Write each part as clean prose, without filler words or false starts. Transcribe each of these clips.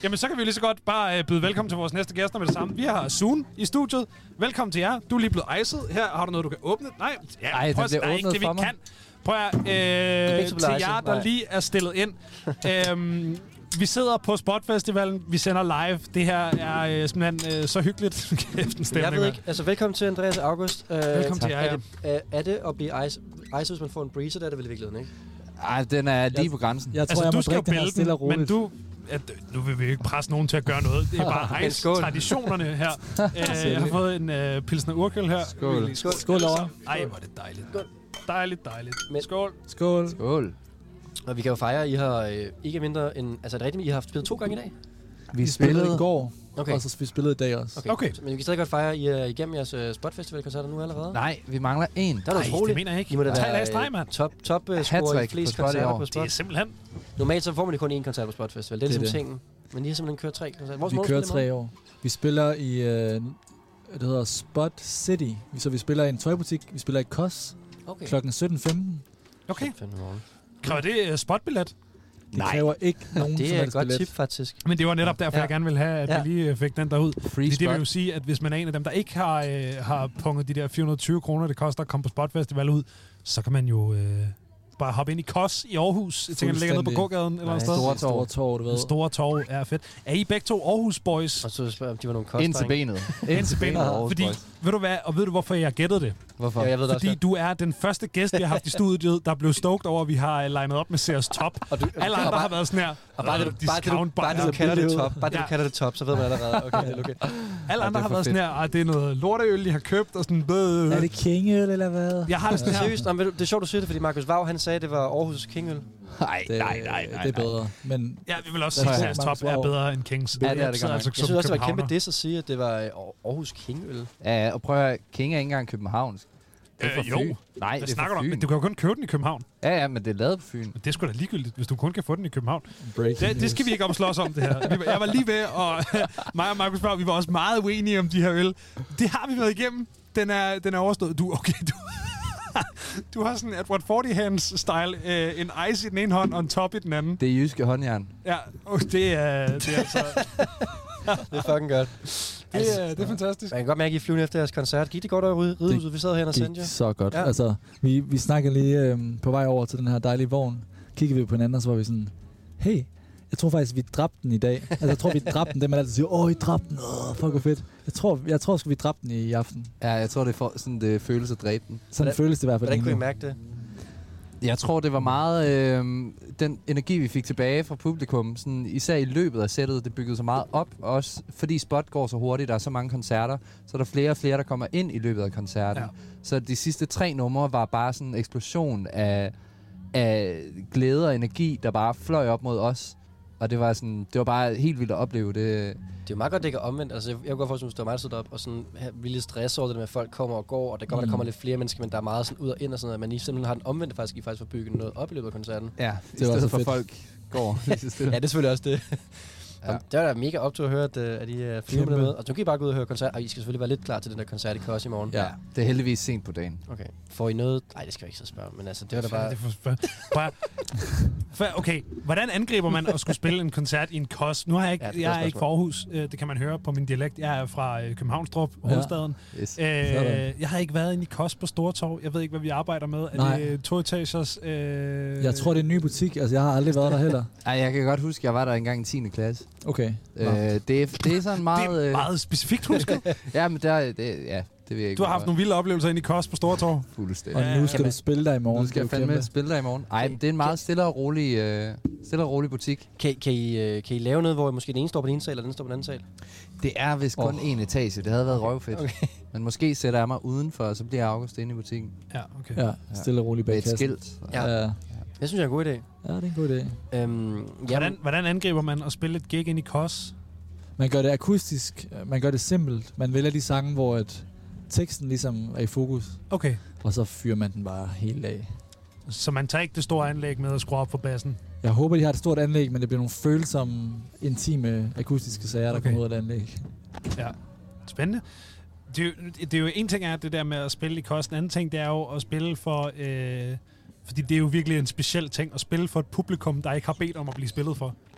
Jamen, så kan vi lige så godt bare byde velkommen til vores næste gæster med det samme. Vi har Sune i studiet. Velkommen til jer. Du er lige blevet iced. Her har du noget, du kan åbne. Nej, det bliver åbnet ikke det, vi for mig. kan. Prøv at til jer, der lige er stillet ind. Vi sidder på Spotfestivalen. Vi sender live. Det her er simpelthen så hyggeligt. Kæft, jeg ved ikke. Altså, velkommen til Andreas August. Velkommen til jer. Er det at blive ice, hvis man får en breezer? Det er det vel i virkeligheden, ikke? Ej, den er lige på grænsen. Jeg tror, jeg må drikke den her stille og roligt. Men nu vil vi ikke presse nogen til at gøre noget. Det er bare traditionerne her. Jeg har fået en pilsner urkøl her. Skål. Skål over. Ej, hvor er det dejligt. Dejligt. Skål. Skål. Og vi kan jo fejre, I har ikke mindre end... Altså, er det rigtigt, I har haft spillet 2 gange i dag? Vi spillede i går, okay. og så vi spillede i dag også. Okay. Men vi kan stadig godt fejre, I er igennem jeres Spotfestival-koncerter nu allerede? Nej, vi mangler en. Der er noget utroligt. Det mener jeg ikke. I må da være top score i flest koncerter på Spot. Det er simpelthen... Normalt så får man kun én koncert på Spotfestival. Det er ligesom tingen. Men I har simpelthen kørt 3 koncerter. Vi kører 3 år. Vi spiller i... det hedder Spot City. Så vi spiller i en tøjbutik. Vi spiller i KOS. Klokken 17.15. Okay. Kræver det spotbillet? Det kræver ikke nogen det er et godt tip, faktisk. Men det var netop derfor, jeg gerne ville have, at vi lige fik den derud. Det vil jo sige, at hvis man er en af dem, der ikke har punget de der 420 kroner, det koster at komme på Spotfestival ud, så kan man jo bare hoppe ind i KOS i Aarhus. Jeg tænker, det ligger nede på gågaden eller noget sted. Store Torv, du ved. Store Torv er fedt. Er I begge to Aarhus boys? Og så spørger om de var nogle KOS. Ind til benet. Fordi, ved du hvad, og ved du hvorfor jeg gættede det? Hvorfor? Ja, jeg ved det fordi også. du er den første gæst, vi har haft i studiet, der blev stoked over, at vi har legnet op med Sears Top. Alle andre har været sådan her. Og bare det, du kalder det top. Bare det, du kalder det top, så ved man allerede. Okay. Alle andre har været sådan her, det er noget lorteøl, de har købt, og sådan... Er det Kingøl, eller hvad? Jeg har det sådan her. Seriøst, det er sjovt, du siger det, fordi Markus Vav, han sagde, det var Aarhus Kingøl. Nej. Det er bedre. Men ja, vi vil også sige, at Sears Top er bedre end Kings. Ja, det er det godt. Jeg synes også, det var kæmpe diss at sige, at det var Aarhus Kingøl. Ja, og prøv at King er ikke engang københavnsk. Jo. Nej, det er snakker fra du om. Men du kan jo kun købe den i København. Ja, men det er lavet på Fyn. Men det er sgu da ligegyldigt, hvis du kun kan få den i København. Det skal vi ikke slås om, det her. Jeg var lige ved, og mig og Markus Berg, vi var også meget uenige om de her øl. Det har vi været igennem. Den er overstået. Du har sådan Edward 40 hands style, en ice i den ene hånd og en top i den anden. Det er jyske håndjern. Ja, det er altså... Det er fucking godt. Det er fantastisk. Man kan godt mærke, at I flyvende efter jeres koncert. Gik det godt over ridehuset? Vi sad her og sendte jer. Det så godt. Ja. Altså, vi snakkede lige på vej over til den her dejlige vogn. Kiggede vi på hinanden, og så var vi sådan, hey, jeg tror faktisk, vi dræbte den i dag. Altså, jeg tror, vi dræbte den. Det man altid siger, I dræbte den. Fuck, hvor fedt. Jeg tror sgu, vi dræbte den i aften. Ja, jeg tror, det føles at dræbe den. Sådan føles det i hvert fald. Hvordan kunne I mærke det? Jeg tror, det var meget den energi, vi fik tilbage fra publikum. Sådan, især i løbet af sættet, det byggede så meget op. Også fordi Spot går så hurtigt, der er så mange koncerter, så er der flere og flere, der kommer ind i løbet af koncerten. Ja. Så de sidste 3 numre var bare sådan en eksplosion af glæde og energi, der bare fløj op mod os. Og det var bare helt vildt at opleve det. Det er jo meget godt, det ikke er omvendt. Altså, jeg kunne godt forestille mig, at det var meget siddet op og sådan vildt lidt stress over det med, at folk kommer og går, og der kommer lidt flere mennesker, men der er meget sådan ud og ind og sådan noget. Men I simpelthen har den omvendte faktisk, I faktisk får bygget noget op i løbet af koncerten. Ja, i stedet for folk går. Ja, det er selvfølgelig også det. Ja. Det var da mega optur at høre, at I er flyver med. Og nu kan I bare gå ud og høre koncert. Og I skal selvfølgelig være lidt klar til den der koncert i KOS i morgen. Ja, det er heldigvis sent på dagen. Okay. Får I noget... Nej, det skal jeg ikke så spørge. Men altså, det var da bare... Okay, hvordan angriber man at skulle spille en koncert i en KOS? Nu har jeg ikke, jeg er ikke fra Aarhus. Det kan man høre på min dialekt. Jeg er fra Københavnstrup, hovedstaden. Yes. Jeg har ikke været inde i KOS på Store Torv. Jeg ved ikke, hvad vi arbejder med. Er det 2 etagers... Jeg tror, det er en ny butik. Altså, jeg har aldrig været der heller. Ej, jeg kan godt huske, jeg var der engang i 10. klasse. Okay. Det er sådan meget... Det er meget specifikt, husker. Ja, men det ved jeg ikke. Du har haft nogle vilde oplevelser inde i KOS på Store Torv. Fuldstændig. Og nu skal du spille der i morgen. Nu skal jeg fandme spille der i morgen. Ej, men det er en meget stille og rolig butik. Kan I lave noget, hvor måske den ene står på den ene sal, og den anden står på den anden sal? Det er vist kun en etage. Det havde været røvfedt. Okay. Men måske sætter jeg mig udenfor, og så bliver August inde i butikken. Ja, okay. Ja, stille og roligt bag kassen. Med et skilt. Ja. Jeg synes, det er en god idé. Ja, det er en god idé. Hvordan angriber man at spille et gig ind i KOS? Man gør det akustisk, man gør det simpelt. Man vælger de sange, hvor teksten ligesom er i fokus. Okay. Og så fyrer man den bare helt af. Så man tager ikke det store anlæg med at skrue op for bassen? Jeg håber, de har et stort anlæg, men det bliver nogle følsomme, intime, akustiske sager, der kommer ud af det anlæg. Ja, spændende. Det er jo en ting er det der med at spille i KOS. En anden ting, det er jo at spille for... fordi det er jo virkelig en speciel ting at spille for et publikum, der ikke har bedt om at blive spillet for.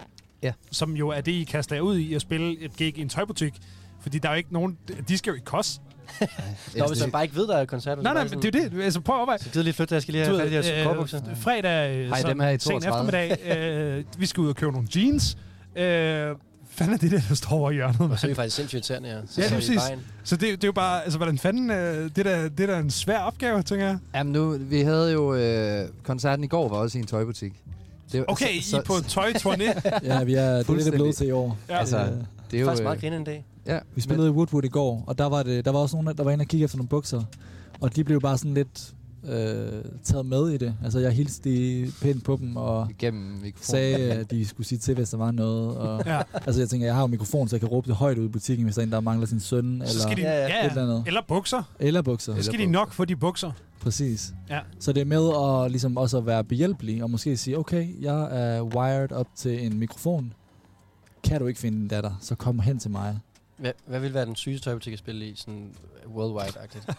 som jo er det, I kaster jer ud i at spille et gig i en tøjbutik. Fordi der er jo ikke nogen... De skal jo ikke koste. Nå, hvis man bare ikke ved, der er koncert. Nej, men det er jo det. Altså, prøv at overveje. Så gider lige flytte, jeg skal lige have fat i de her korbukser. Fredag, sen eftermiddag, vi skal ud og købe nogle jeans. Fanden er det der står over hjørnet? Og så er vi faktisk sindssygt irriterende, ja. Ja, det er præcis. Så det er jo bare... Altså, hvordan fanden... Det er da en svær opgave, tænker jeg. Jamen nu, vi havde jo... koncerten i går var også i en tøjbutik. Okay, I er på tøjturné? Ja, det er det blevet til i år. Ja. Altså, det er jo... faktisk meget grine en dag. Ja, vi spillede i Woodwood i går, og der var også nogen, der var inde og kigge efter nogle bukser. Og de blev bare sådan lidt taget med i det. Altså, jeg hilste pænt på dem, og sagde, at de skulle sige til, hvis der var noget. Og, altså, jeg tænker, jeg har jo mikrofon, så jeg kan råbe det højt ud i butikken, hvis der er en, der mangler sin søn, eller et eller andet. Eller bukser. Så skal de nok få de bukser. Præcis. Ja. Så det er med at ligesom også at være behjælpelig, og måske sige, okay, jeg er wired op til en mikrofon. Kan du ikke finde en datter, så kom hen til mig. Hvad vil være den sygeste tøjbutik at spille i, sådan worldwide-agtigt?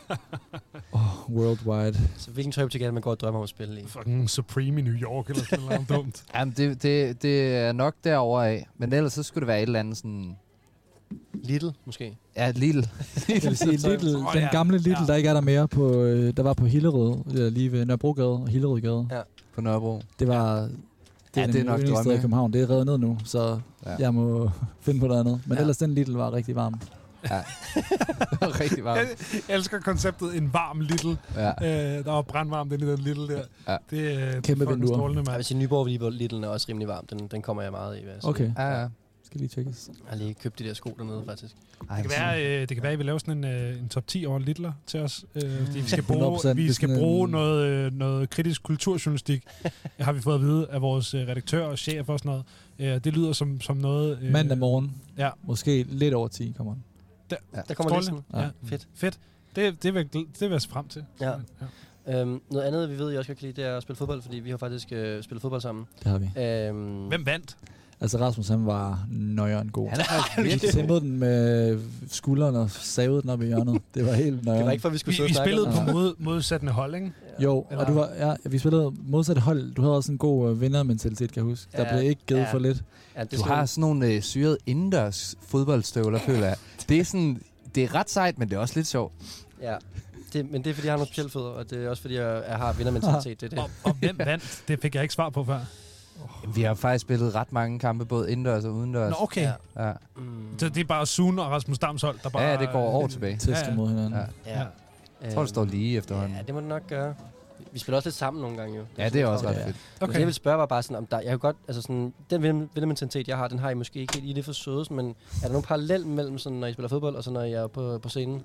Worldwide. Så hvilken tøjbutik er det, man går og drømmer om at spille i? Fucking Supreme i New York, eller sådan noget dumt. Jamen, det er nok derovre af. Men ellers så skulle det være et eller andet sådan... Lidl, måske? Ja, Lidl. Jeg vil sige, Lidl, den gamle Lidl, der ikke er der mere, der var på Hillerød, lige ved Nørrebrogade og Hillerødgade. Ja, på Nørrebro. Det var... Det er nok drømme. I København. Det er reddet ned nu, så jeg må finde på noget andet. Men ellers den Lidl var rigtig varm. Ja, det var rigtig varm. Jeg elsker konceptet en varm Lidl. Ja. Der var brandvarmt den Lidl der. Ja. Det er kæmpe vinduer. Jeg vil sige, Nyborg Lidl er også rimelig varm. Den kommer jeg meget i. Okay. Ja. Skal lige tjekkes. Jeg har lige købt de der sko dernede, faktisk. Det kan være, at I vil lave sådan en top 10 over Lidler til os. Fordi vi skal bruge noget kritisk kulturjournalistik. Har vi fået at vide af vores redaktør og chef og sådan noget. Det lyder som noget... Mandag morgen. Ja. Måske lidt over 10 kommer den. Der kommer listen. Ja. Fedt. Det vil jeg se frem til. Ja. Noget andet, vi ved, I også kan lide, det er at spille fodbold, fordi vi har faktisk spillet fodbold sammen. Det har vi. Hvem vandt? Altså Rasmus, han var nøjeren god. Han er faktisk vi tæmmede den med skulderen og savede den op i hjørnet. Det var helt nøjeren. Det var ikke for, vi skulle vi spillede på modsættende hold, ikke? Jo, eller? Og vi spillede modsatte hold. Du havde også en god vindermentalitet, kan jeg huske. Der blev ikke givet for lidt. Ja, du har sådan nogle syrede indendørs fodboldstøvler, føler jeg. Det er sådan, det er ret sejt, men det er også lidt sjovt. Ja. Men det er, fordi jeg har nogle specielle fødder, og det er også, fordi jeg har vindermentalitet. Det er det. Og hvem vandt? Det fik jeg ikke svar på før. Vi har faktisk spillet ret mange kampe, både indendørs og udendørs. Nå, okay. Ja. Så det er bare Sun og Rasmus Dams hold, der bare... Ja, det går år tilbage. Tester mod hinanden. Ja. Jeg tror, det står lige efterhånden. Ja, det må det nok gøre. Vi spiller også lidt sammen nogle gange, jo. Ja, det er også ret fedt. Okay. Det jeg vil spørge var bare sådan, om der... Jeg kan godt... Altså sådan... Den vindermentalitet, jeg har, den har I måske ikke helt i det for sødes, men er der nogen parallel mellem, sådan, når I spiller fodbold, og så når I er på scenen?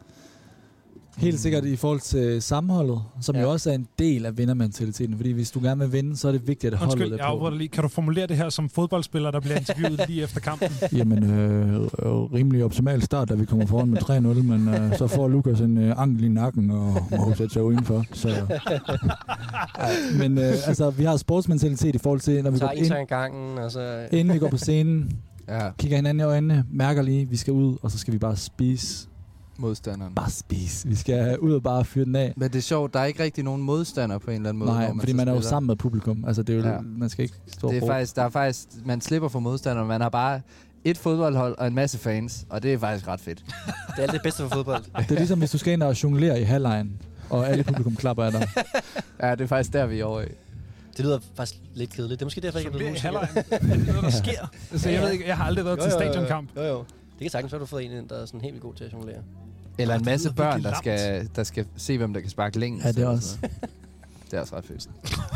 Helt sikkert i forhold til sammenholdet, som jo også er en del af vindermentaliteten. Fordi hvis du gerne vil vinde, så er det vigtigt, at holdet er på. Jeg afbryder lige. Kan du formulere det her som fodboldspiller, der bliver interviewet lige efter kampen? Jamen, rimelig optimal start, da vi kommer foran med 3-0, men så får Lukas en ankel i nakken og må sætte sig udenfor. Så. Men altså, vi har sportsmentalitet i forhold til, når vi går ind, gangen, altså. Inden vi går på scenen, kigger hinanden i øjnene, mærker lige, vi skal ud, og så skal vi bare spise modstanderen. Bare spise. Vi skal ud og bare fyre den af. Men det er sjovt, der er ikke rigtig nogen modstander på en eller anden måde. Nej, fordi man er jo sammen med publikum. Altså, det er jo, man skal ikke stå det er faktisk, man slipper for modstanderen. Man har bare et fodboldhold og en masse fans, og det er faktisk ret fedt. Det er alt det bedste for fodbold. Det er ligesom, hvis du skal ind og jonglere i halvlejen, og alle publikum klapper af dig. Ja, det er faktisk der, vi er over i. Det lyder faktisk lidt kedeligt. Det er måske derfor, jeg ikke er blevet halvlejen. Det er noget, der sker. Så jeg ved ikke, jeg har aldrig været til stadionkamp. Jo. Det kan sagtens være, du har fået en, der er sådan helt vildt god til at jonglere. Eller en masse børn, der skal se, hvem der kan sparke længst. Ja, det er også. Det er også ret fedt.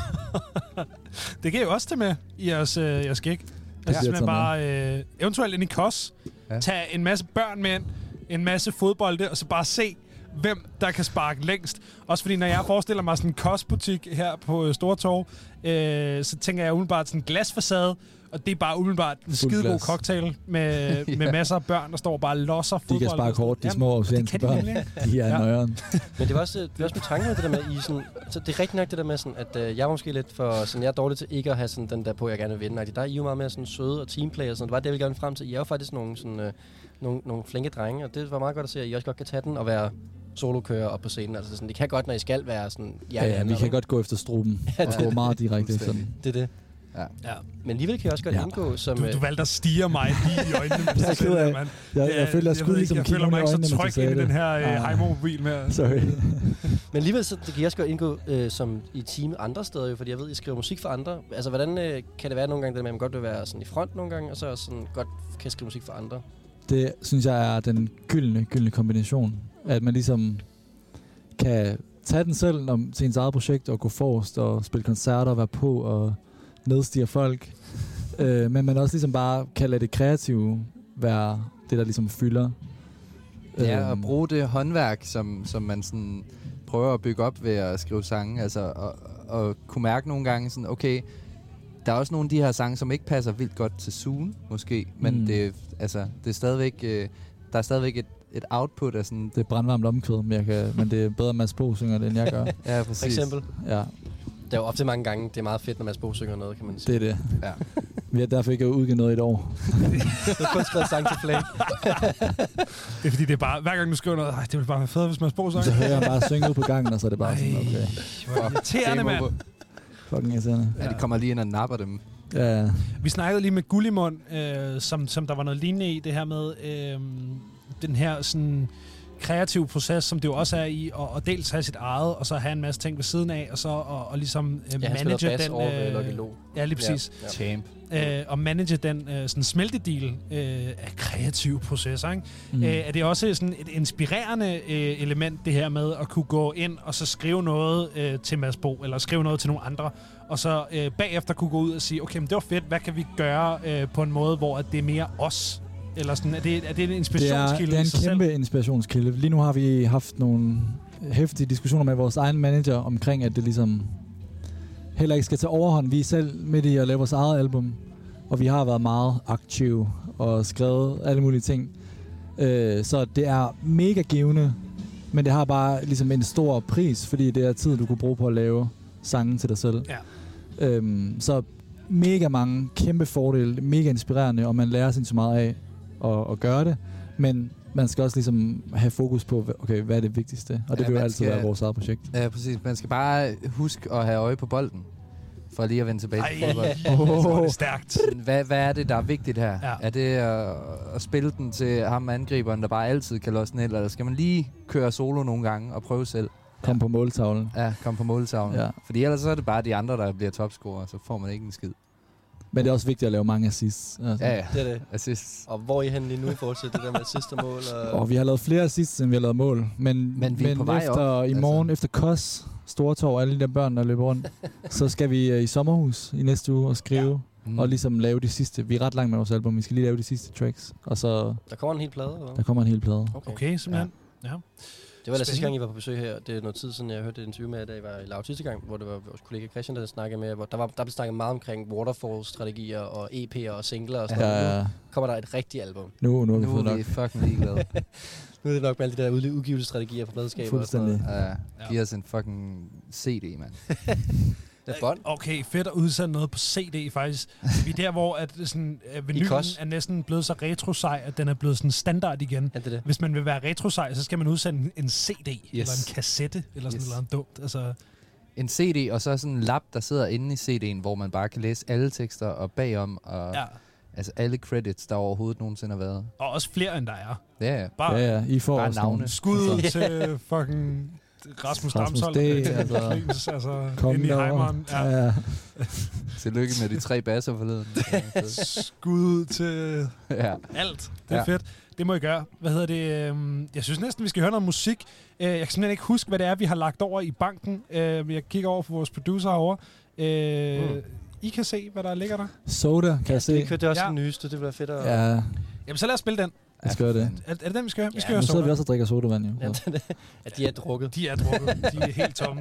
Det kan jo også tage med i jeres gig. Altså simpelthen bare eventuelt ind i KOS. Tag en masse børn med ind, en masse fodbolde, og så bare se, hvem der kan sparke længst. Også fordi, når jeg forestiller mig sådan en KOS-butik her på Stortorv, så tænker jeg umiddelbart sådan en glasfacade, og det er bare umiddelbart en skidegod cocktail med masser af børn, der står bare og losser fodbold. De kan sparke hårdt, de små oceanske børn. De er nøjeren. Men det var også med tanken med det der med, så det er rigtig nok det der med, sådan, at jeg var måske lidt for, sådan, jeg er dårlig til ikke at have sådan, den der på, jeg gerne vil vinde. Der er I jo meget mere sådan søde og teamplay og sådan. Det var det, jeg ville gerne frem til. I er jo faktisk nogle flinke drenge, og det var meget godt at se, at I også godt kan tage den og være solokører op på scenen. Altså sådan, det kan godt, når I skal være sådan... Ja, vi kan godt gå efter struben og gå meget direkte efter den. Det er det. Ja. Men alligevel kan jeg også godt indgå som... Du valgte at stige mig lige i øjnene. Jeg føler, jeg skulle ligesom kigge mig i øjnene, så tryg ind i den her Heimo-mobil med. Sorry. Men alligevel, så det kan jeg også godt indgå som i team andre steder jo, fordi jeg ved, I skriver musik for andre. Altså, hvordan kan det være nogle gange, at man godt vil være sådan i front nogle gange, og så sådan godt kan skrive musik for andre? Det synes jeg er den gyldne kombination. At man ligesom kan tage den selv til ens eget projekt og gå forrest og spille koncerter og være på og nedstige folk. Men man også ligesom bare kan lade det kreative være det, der ligesom fylder. Ja, og bruge det håndværk, som man sådan prøver at bygge op ved at skrive sange. Altså, og kunne mærke nogle gange sådan, okay, der er også nogle af de her sange, som ikke passer vildt godt til Zoom, måske. Men det er stadigvæk, der er stadigvæk et output af sådan... Det er brandvarmt omkvæd, men det er bedre Mads Bo synger det, end jeg gør. Ja, præcis. For eksempel? Ja. Det er jo ofte mange gange, det er meget fedt, når Mads Bo synger noget, kan man sige. Det er det. Ja. Vi har derfor ikke udgivet noget i et år. Du har kun skrevet sang til Flake. Det er fordi, det er bare, hver gang du skriver noget, det ville bare være fedt, hvis Mads Bo sang. Så hører jeg bare synge ud på gangen, og så er det bare sådan, okay. Hvor irriterende, mand. Fucking irriterende. Ja, de kommer lige ind og napper dem. Ja. Vi snakkede lige med Gullimund, som der var noget lignende i, det her med den her sådan kreativ proces, som det jo også er i, og dels have sit eget, og så have en masse ting ved siden af, og så og ligesom manage den... Ja, lige præcis. Ja. Champ. Og manage den sådan smeltedeal af kreative processer, ikke? Er det også sådan et inspirerende element, det her med at kunne gå ind og så skrive noget til Mads Bo, eller skrive noget til nogle andre, og så bagefter kunne gå ud og sige, okay, men det var fedt, hvad kan vi gøre på en måde, hvor det er mere os? Eller sådan, er det en inspirationskilde? Det er en kæmpe inspirationskilde. Lige nu har vi haft nogle heftige diskussioner med vores egen manager omkring, at det ligesom heller ikke skal tage overhånd. Vi er selv midt i at lave vores eget album, og vi har været meget aktive og skrevet alle mulige ting. Så det er mega givende, men det har bare ligesom en stor pris, fordi det er tid, du kunne bruge på at lave sange til dig selv. Ja. Så mega mange kæmpe fordele, mega inspirerende, og man lærer sig så meget af at gøre det, men man skal også ligesom have fokus på, okay, hvad er det vigtigste, og det vil jo altid være vores eget projekt. Ja, præcis. Man skal bare huske at have øje på bolden, for lige at vende tilbage til fodbold. Det er stærkt. Hvad er det, der er vigtigt her? Ja. Er det at spille den til ham angriberen, der bare altid kan låse den, eller skal man lige køre solo nogle gange og prøve selv? Kom på måltavlen. Ja, kom på måltavlen. Ja. Fordi ellers så er det bare de andre, der bliver topscorer, så får man ikke en skid. Men det er også vigtigt at lave mange assists. Altså. Ja, det er det. Assists. Og hvor er I henne lige nu i forhold til det der med assist og mål? Og vi har lavet flere assists, end vi har lavet mål. Men vi er på vej efter, op. i morgen, efter Kos, Stortorv og alle de der børn, der løber rundt, så skal vi i sommerhus i næste uge og skrive. Ja. Og ligesom lave de sidste. Vi er ret langt med vores album. Vi skal lige lave de sidste tracks. Og så... Der kommer en hel plade, eller? Der kommer en hel plade. Okay, simpelthen. Ja. Det var da sidste gang, I var på besøg her. Det er noget tid siden, jeg hørte et interview med, da I var i Lav sidste gang, hvor det var vores kollega Christian, der snakkede med, hvor der blev snakket meget omkring waterfall-strategier og EP'er og singler og sådan noget. Nu kommer der et rigtigt album. Nu er vi fucking ligeglade. Nu er det nok med alle de der udgivelsesstrategier på pladskaber. Fuldstændig. Giv os en fucking CD, mand. Det er bånd. Okay, fedt at udsende noget på CD, faktisk. Vi er der, hvor at sådan, vinylen er næsten blevet så retro-sej, at den er blevet sådan standard igen. Ja, det. Hvis man vil være retro-sej, så skal man udsende en CD, eller en kassette, eller sådan noget dumt. Altså. En CD, og så sådan en lap, der sidder inde i CD'en, hvor man bare kan læse alle tekster og bagom, og altså alle credits, der overhovedet nogensinde har været. Og også flere, end der er. Ja, bare, I får bare navne. Skud til fucking... Rasmus Damsholdt, altså inde i Heimeren. Ja. Tillykke med de 3 basser forleden. Skud til alt. Det er fedt. Det må I gøre. Hvad hedder det? Jeg synes næsten, vi skal høre noget musik. Jeg kan simpelthen ikke huske, hvad det er, vi har lagt over i banken. Jeg kigger over på vores producer herovre. I kan se, hvad der ligger der. Soda, kan jeg se. Det er også den nyeste. Det bliver fedt at... Ja. Jamen, så lad os spille den. Vi skal gøre det. Er det den, vi skal høre? Vi skal høre soda. Nu sidder vi også og drikker sodavand, jo. Ja, de er drukket. De er drukket. De er helt tomme.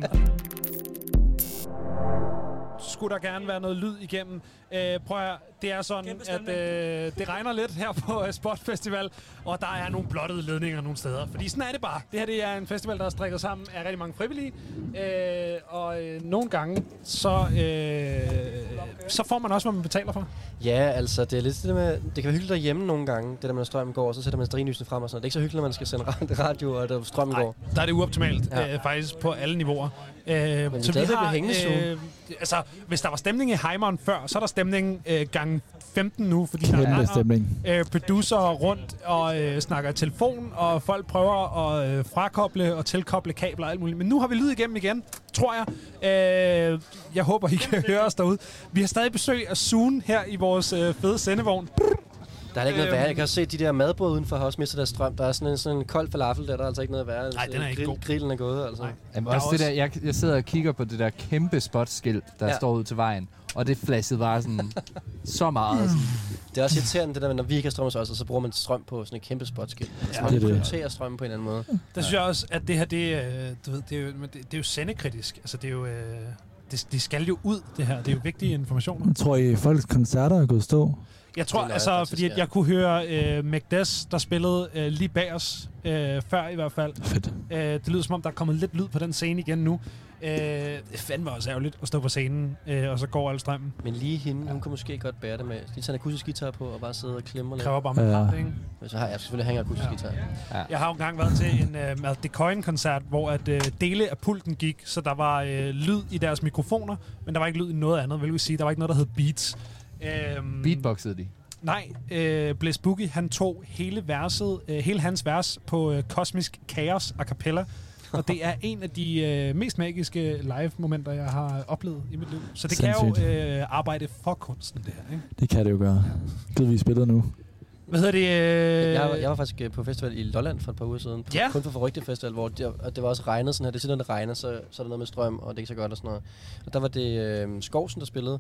Skulle der gerne være noget lyd igennem. Prøv at det er sådan, at det regner lidt her på Spot Festival, og der er nogle blottede ledninger nogle steder. Fordi sådan er det bare. Det her det er en festival, der er strikket sammen af rigtig mange frivillige. Og nogle gange, så så får man også, hvad man betaler for. Ja, altså, det er lidt det med, det kan være hyggeligt derhjemme nogle gange, det der med, at strømmen går, og så sætter man stearinlysene frem og sådan noget. Det er ikke så hyggeligt, når man skal sende radio, og der strømmen går. Der er det uoptimalt, faktisk på alle niveauer. Men så vi har, altså, hvis der var stemning i Heimeren før, så er der stemning gang 15 nu, fordi der er producer rundt og snakker i telefon, og folk prøver at frakoble og tilkoble kabler og alt muligt. Men nu har vi lyd igennem igen, tror jeg. Jeg håber, I kan høre os derude. Vi har stadig besøg af Zoom her i vores fede sendevogn. Der er ikke noget værre. Jeg kan også se, de der madbrød udenfor har også mistet deres strøm. Der er sådan en kold falafel, der er altså ikke noget værre. Nej, den er ikke god. Grillen er gået, altså. Jamen, også det der, jeg sidder og kigger på det der kæmpe spotskilt, der står ud til vejen. Og det flassede bare sådan så meget. Sådan. Det er også irriterende, det der med, når vi ikke har strøm hos os, og så bruger man strøm på sådan et kæmpe spotskilt. Altså, man prioriterer strøm på en eller anden måde. Der synes jeg også, at det her, det er jo sendekritisk. Altså, det er jo... Det skal jo ud, det her. Det er jo vigtige informationer. Jeg tror, I folks koncerter er gået stå? Jeg tror, altså, fordi jeg kunne høre Magdes, der spillede lige bag os, før i hvert fald. Fedt. Det lyder som om, der er kommet lidt lyd på den scene igen nu. Det fandme også ærgerligt at stå på scenen, og så går al strømmen. Men lige hende, hun kunne måske godt bære det med. Lige tage en akustisk guitar på, og bare sidde og klemme lidt. Kræver bare med kraft, ikke? Så har jeg selvfølgelig hænger akustisk guitar. Ja. Jeg har jo engang været til en Mad Decoin-koncert, hvor at, dele af pulten gik, så der var lyd i deres mikrofoner, men der var ikke lyd i noget andet, vil vi sige. Der var ikke noget, der hed beats. Beatboxede de? Nej, Blaze Boogie, han tog hele hans vers på Kosmisk Kaos a cappella, og det er en af de mest magiske live-momenter, jeg har oplevet i mit liv. Så det kan jo arbejde for kunsten, det her, ikke? Det kan det jo gøre. Gud, vi spiller nu. Hvad hedder det? Jeg var faktisk på festival i Lolland for et par uger siden. Kun for Forrygte Festival, hvor det var også regnet sådan her. Det er sådan, når det regner, så er der noget med strøm, og det er ikke så godt og sådan noget. Og der var det Skovsen, der spillede.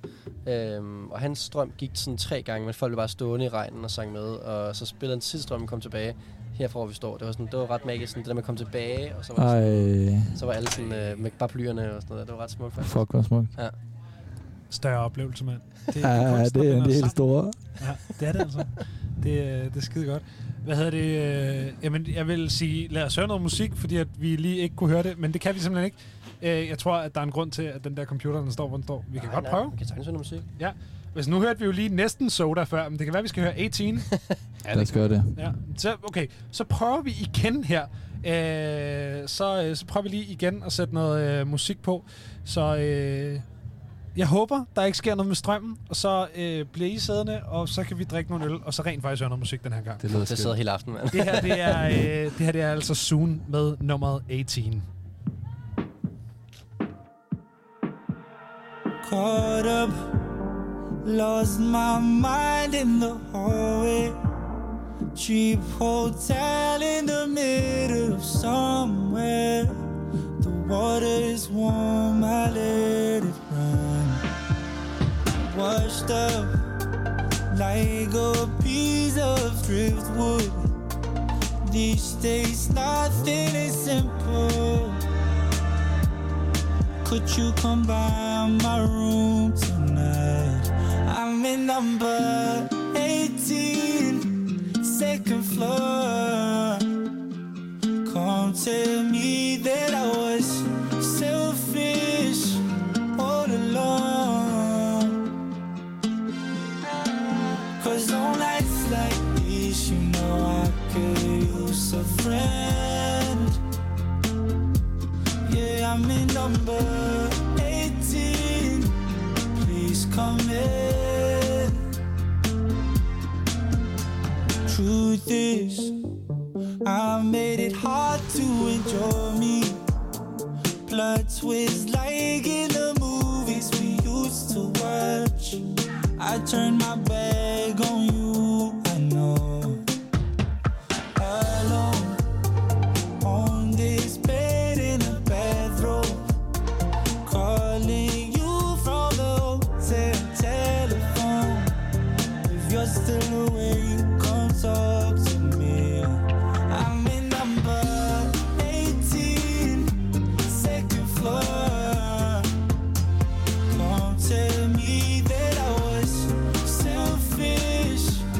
Og hans strøm gik sådan 3 gange, men folk blev bare stående i regnen og sang med. Og så spillede han sidste strømmen kom tilbage. Herfra, hvor vi står. Det var ret magisk, sådan, det der med at komme tilbage, og så var, så var alle sådan, med paraplyerne og sådan noget. Det var ret smukt, faktisk. Fuck, hvor smukt. Ja. Større oplevelse, mand. Det er helt store. Ja, det er det altså. Det er skide godt. Hvad hedder det? Jamen, jeg vil sige, lad os høre noget musik, fordi at vi lige ikke kunne høre det, men det kan vi simpelthen ikke. Jeg tror, at der er en grund til, at den der computer, den står, hvor den står. Vi kan godt prøve. Vi kan sagtens høre noget musik. Ja. Hvis nu hørte vi jo lige næsten Soda før, men det kan være, vi skal høre 18. Ja, lad os gøre det. Ja. Så, okay, så prøver vi igen her. Så prøver vi lige igen at sætte noget musik på. Så jeg håber, der ikke sker noget med strømmen, og så bliver I siddende, og så kan vi drikke nogle øl, og så rent faktisk høre noget musik den her gang. Det lyder til at sidde hele aften, mand. Det her det er altså Soon med nummeret 18. Caught up, lost my mind in the hallway. Cheap hotel in the middle of somewhere. The water is warm, I let it run. Washed up like a piece of driftwood. These days nothing is simple. Could you come by my room tonight? I'm in number 18, second floor. Come tell me that I was selfish all along. 'Cause on nights like this, you know I could use a friend. Yeah, I'm in number 18. Please come in. Truth is, I made it hard to enjoy me. Plot twist like in the movies we used to watch. I turned my back on you, I know. Alone on this bed in a bathrobe, calling you from the hotel telephone. If you're still awake, come talk to me. I'm in number 18, second floor. Come tell me that I was selfish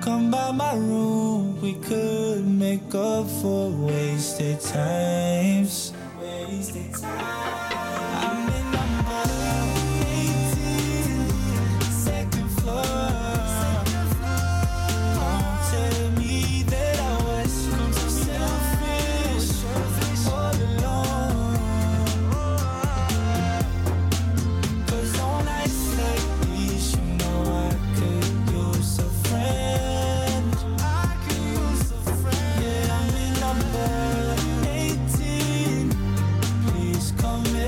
Come by my room, we could make up for wasted times. I'm in number 18, second floor. Don't tell me that I was so selfish all alone. 'Cause on nights like these, you know I could use a friend. Yeah, I'm in number 18. Please come in.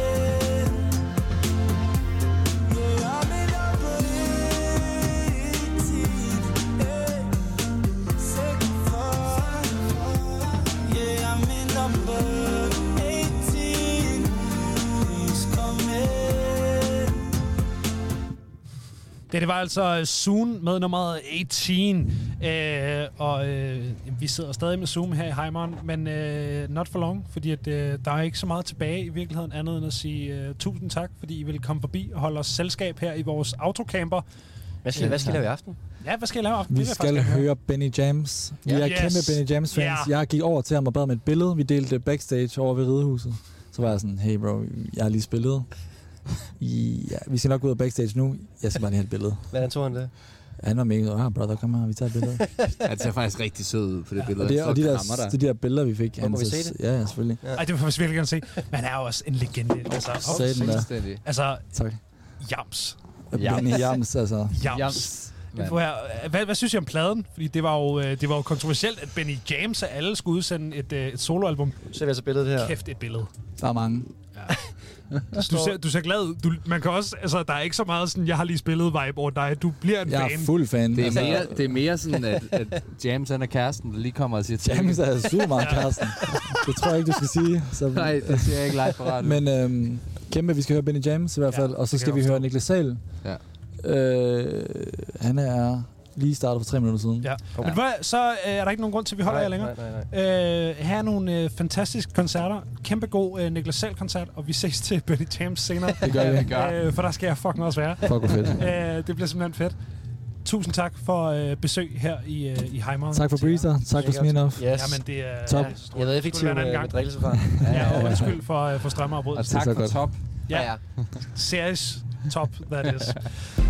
Yeah, I'm in number 18. Second floor. Yeah, I'm in number 18. Please come in. Det var altså Zoom med nummeret 18. Vi sidder stadig med Zoom her i Heimeren, men not for long, fordi at, der er ikke så meget tilbage i virkeligheden andet end at sige tusind tak, fordi I vil komme forbi og holde os selskab her i vores autocamper. Hvad skal I lave i aften? Ja, hvad skal I lave i aften? Vi skal høre Benny James. Vi er kæmpe Benny James fans. Jeg gik over til ham og bad med et billede. Vi delte backstage over ved Ridehuset. Så var jeg sådan, hey bro, jeg har lige spillet. Ja, vi skal nok gå ud af backstage nu. Jeg skal bare lige have et billede. Hvordan tog han det? Han var mega, brother, kom her, vi tager et billede. Han ser faktisk rigtig sød ud på det billede. Og de der billeder, vi fik. Må vi se det? Ja, selvfølgelig. Ja. Ej, det vil jeg virkelig gerne se. Men han er jo også en legende. Altså, Tak. Jams. Benny Jams, altså. Jams. Hvad synes I om pladen? Fordi det var jo kontroversielt, at Benny James og alle skulle udsende et soloalbum. Ser vi altså billedet her? Kæft et billede. Der er mange. Ja. Du ser glad ud. Man kan også, altså, der er ikke så meget sådan, jeg har lige spillet vibe over dig. Du bliver en fan. Jeg er fuld fan. Det er mere sådan, at James er kæresten, der lige kommer og siger til. James er super meget kæresten. Det tror jeg ikke, du skal sige. Så... Nej, det siger jeg ikke live på radio. Men kæmpe, vi skal høre Benny James i hvert fald. Og så skal vi høre Niklas Sahl. Ja. Han er lige startet for 3 minutter siden. Ja. Okay. Men så er der ikke nogen grund til, at vi holder jer længere. Nej. Her er nogle fantastiske koncerter. Kæmpe god Niklas Sahl-koncert, og vi ses til Benny James senere. Det gør vi. For der skal jeg fucking også være. Fuck, fedt. Det bliver simpelthen fedt. Tusind tak for besøg her i Heimeren. Tak for Breezer. Tak for Smirnoff. Yes. Jamen, det er top. Jeg ved effektivt med drikkelsefart. Ja, og undskyld for strømmeafbrud. Og tak for top. Ja, serious top, that is.